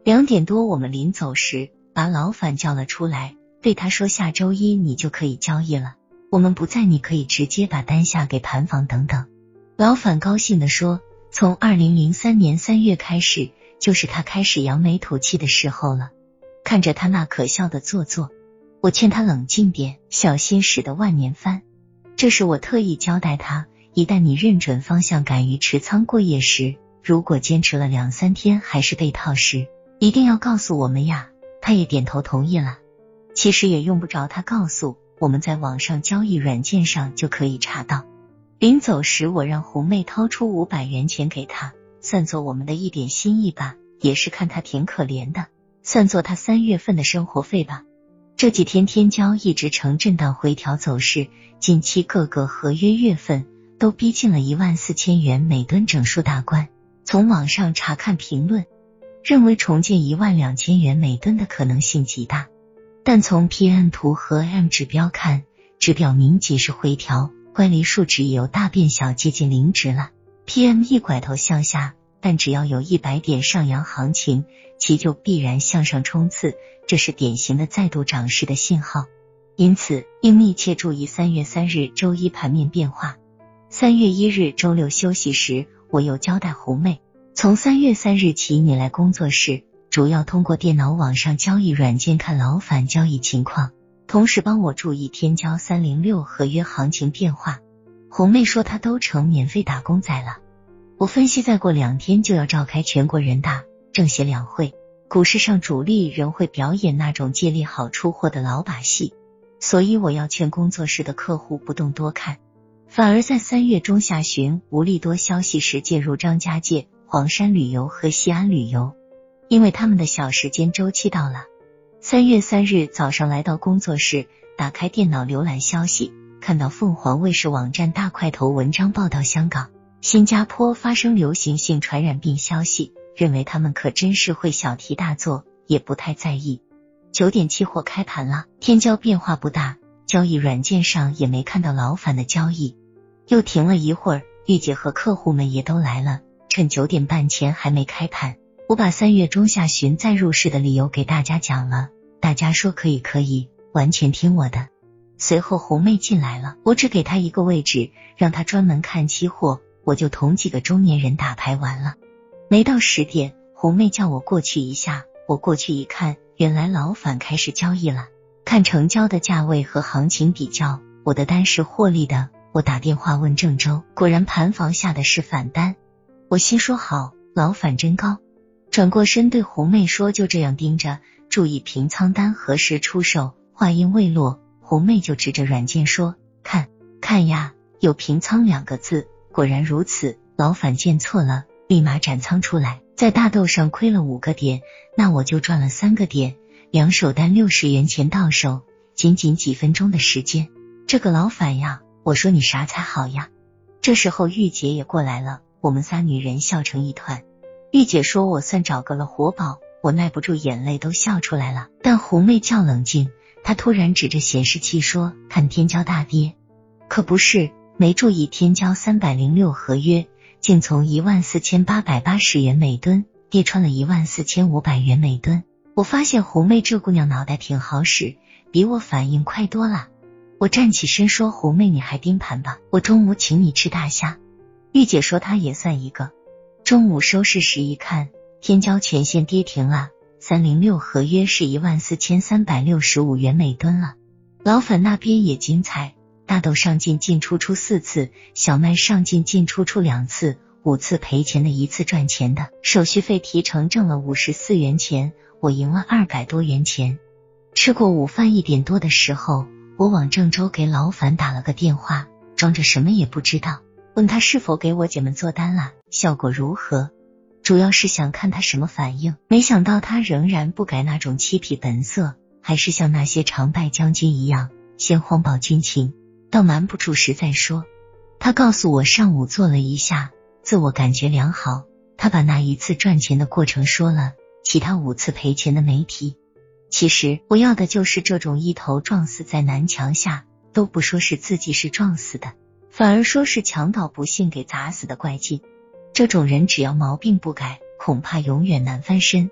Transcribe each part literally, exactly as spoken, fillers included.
两点多我们临走时把老板叫了出来，对他说下周一你就可以交易了，我们不在你可以直接把单下给盘房等等。老板高兴地说，从二零零三年三月开始就是他开始扬眉吐气的时候了。看着他那可笑的做作，我劝他冷静点，小心驶得万年帆。这是我特意交代他，一旦你认准方向敢于持仓过夜时，如果坚持了两三天还是被套时，一定要告诉我们呀。他也点头同意了。其实也用不着他告诉，我们在网上交易软件上就可以查到。临走时我让红妹掏出五百元钱给他，算作我们的一点心意吧，也是看他挺可怜的，算作他三月份的生活费吧。这几天天交一直呈震荡回调走势，近期各个合约月份都逼近了一万四千元每吨整数大关。从网上查看评论，认为重见一万两千元每吨的可能性极大，但从 P M 图和 M 指标看，只表明即是回调，乖离数值也有大变小，接近零值了。 P M 一拐头向下，但只要有一百点上扬行情，其就必然向上冲刺，这是典型的再度涨势的信号。因此应密切注意三月三日周一盘面变化。三月一日周六休息时，我又交代红妹，从三月三日起你来工作室，主要通过电脑网上交易软件看老反交易情况，同时帮我注意天骄三零六合约行情变化。红妹说她都成免费打工仔了。我分析再过两天就要召开全国人大政协两会，股市上主力仍会表演那种借利好出货的老把戏，所以我要劝工作室的客户不动多看，反而在三月中下旬无利多消息时介入张家界、黄山旅游和西安旅游，因为他们的小时间周期到了。三月三日早上来到工作室，打开电脑浏览消息，看到凤凰卫视网站大块头文章报道香港、新加坡发生流行性传染病消息，认为他们可真是会小题大做，也不太在意。九点期货开盘了，天骄变化不大，交易软件上也没看到老反的交易。又停了一会儿，玉姐和客户们也都来了，趁九点半前还没开盘，我把三月中下旬再入市的理由给大家讲了，大家说可以可以，完全听我的。随后红妹进来了，我只给她一个位置，让她专门看期货，我就同几个中年人打牌完了。没到十点，红妹叫我过去一下，我过去一看，原来老反开始交易了。看成交的价位和行情比较，我的单是获利的。我打电话问郑州，果然盘房下的是反单。我心说好，老反真高。转过身对红妹说，就这样盯着，注意平仓单何时出手。话音未落，红妹就指着软件说，看看呀，有平仓两个字。果然如此，老反见错了，立马斩仓出来，在大豆上亏了五个点，那我就赚了三个点，两手单六十元钱到手，仅仅几分钟的时间。这个老反呀，我说你啥才好呀。这时候玉姐也过来了，我们仨女人笑成一团。玉姐说我算找个了活宝，我耐不住眼泪都笑出来了。但红妹叫冷静，她突然指着显示器说，看天骄大跌。可不是，没注意天骄三百零六合约竟从一万四千八百八十元每吨跌穿了一万四千五百元每吨。我发现红妹这姑娘脑袋挺好使，比我反应快多了。我站起身说，红妹你还盯盘吧，我中午请你吃大虾。玉姐说她也算一个。中午收市时一看，天骄全线跌停了，三零六合约是一万四千三百六十五元每吨了。老反那边也精彩，大豆上进进出出四次，小麦上进进出出两次，五次赔钱的，一次赚钱的，手续费提成挣了五十四元钱，我赢了二百多元钱。吃过午饭一点多的时候，我往郑州给老反打了个电话，装着什么也不知道，问他是否给我姐们做单了，效果如何，主要是想看他什么反应。没想到他仍然不改那种欺痞本色，还是像那些常败将军一样，先慌报军情，到瞒不住时再说。他告诉我上午做了一下，自我感觉良好，他把那一次赚钱的过程说了，其他五次赔钱的没提。其实我要的就是这种一头撞死在南墙下，都不说是自己是撞死的，反而说是墙倒不幸给砸死的怪劲。这种人只要毛病不改，恐怕永远难翻身。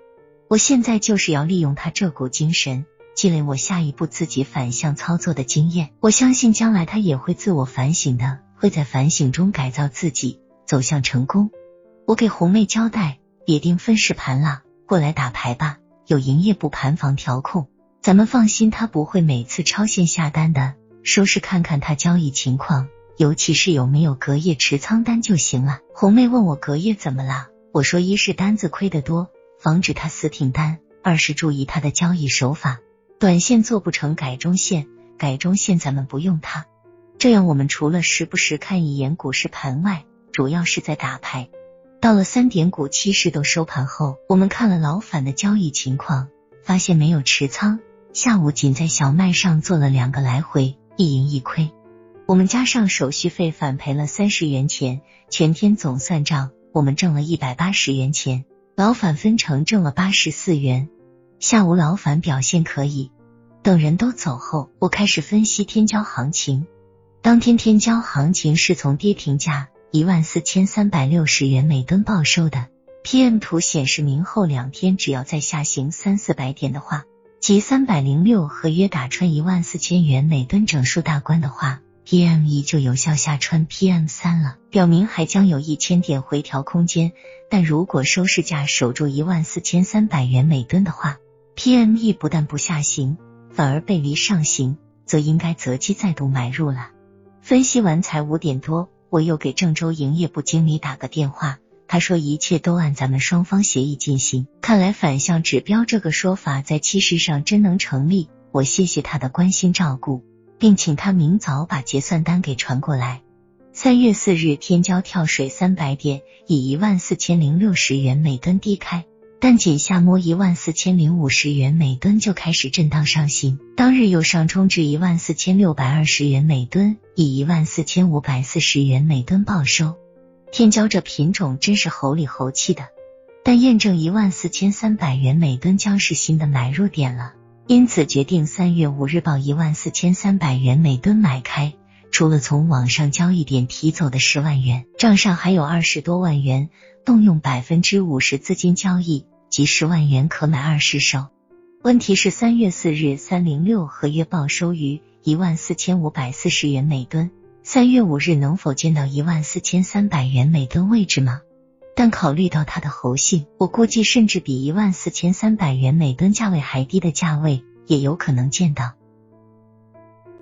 我现在就是要利用他这股精神，积累我下一步自己反向操作的经验。我相信将来他也会自我反省的，会在反省中改造自己，走向成功。我给红妹交代，别盯分时盘了，过来打牌吧，有营业部盘房调控，咱们放心，他不会每次超限下单的，收拾看看他交易情况，尤其是有没有隔夜持仓单就行了。红妹问我隔夜怎么了，我说一是单子亏得多，防止他死挺单，二是注意他的交易手法，短线做不成改中线，改中线咱们不用它，这样我们除了时不时看一眼股市盘外，主要是在打牌。到了三点股期市都收盘后，我们看了老反的交易情况，发现没有持仓，下午仅在小麦上做了两个来回，一赢一亏。我们加上手续费反赔了三十元钱，全天总算账我们挣了一百八十元钱，老反分成挣了八十四元。下午老反表现可以，等人都走后，我开始分析天骄行情。当天天骄行情是从跌停价一万四千三百六十元每吨报收的， P M 图显示明后两天只要再下行三四百点的话，即三百零六合约打穿一万四千元每吨整数大关的话， P M 一 就有效下穿 P M 三 了，表明还将有一千点回调空间。但如果收市价守住一万四千三百元每吨的话， P M 一 不但不下行，反而背离上行，则应该择机再度买入了。分析完才五点多，我又给郑州营业部经理打个电话，他说一切都按咱们双方协议进行，看来反向指标这个说法在期市上真能成立，我谢谢他的关心照顾，并请他明早把结算单给传过来。三月四日天骄跳水三百点，以一万四千零六十元每吨低开，但仅下摸一万四千零五十元每吨就开始震荡上行，当日又上冲至一万四千六百二十元每吨，以一万四千五百四十元每吨报收。天骄这品种真是猴里猴气的，但验证一万四千三百元每吨将是新的买入点了，因此决定三月五日报一万四千三百元每吨买开。除了从网上交易点提走的十万元，账上还有二十多万元，动用 百分之五十 资金交易，即十万元可买二十手。问题是三月四日三零六合约报收于一万四千五百四十元每吨，三月五日能否见到一万四千三百元每吨位置吗？但考虑到它的猴性，我估计甚至比一万四千三百元每吨价位还低的价位也有可能见到。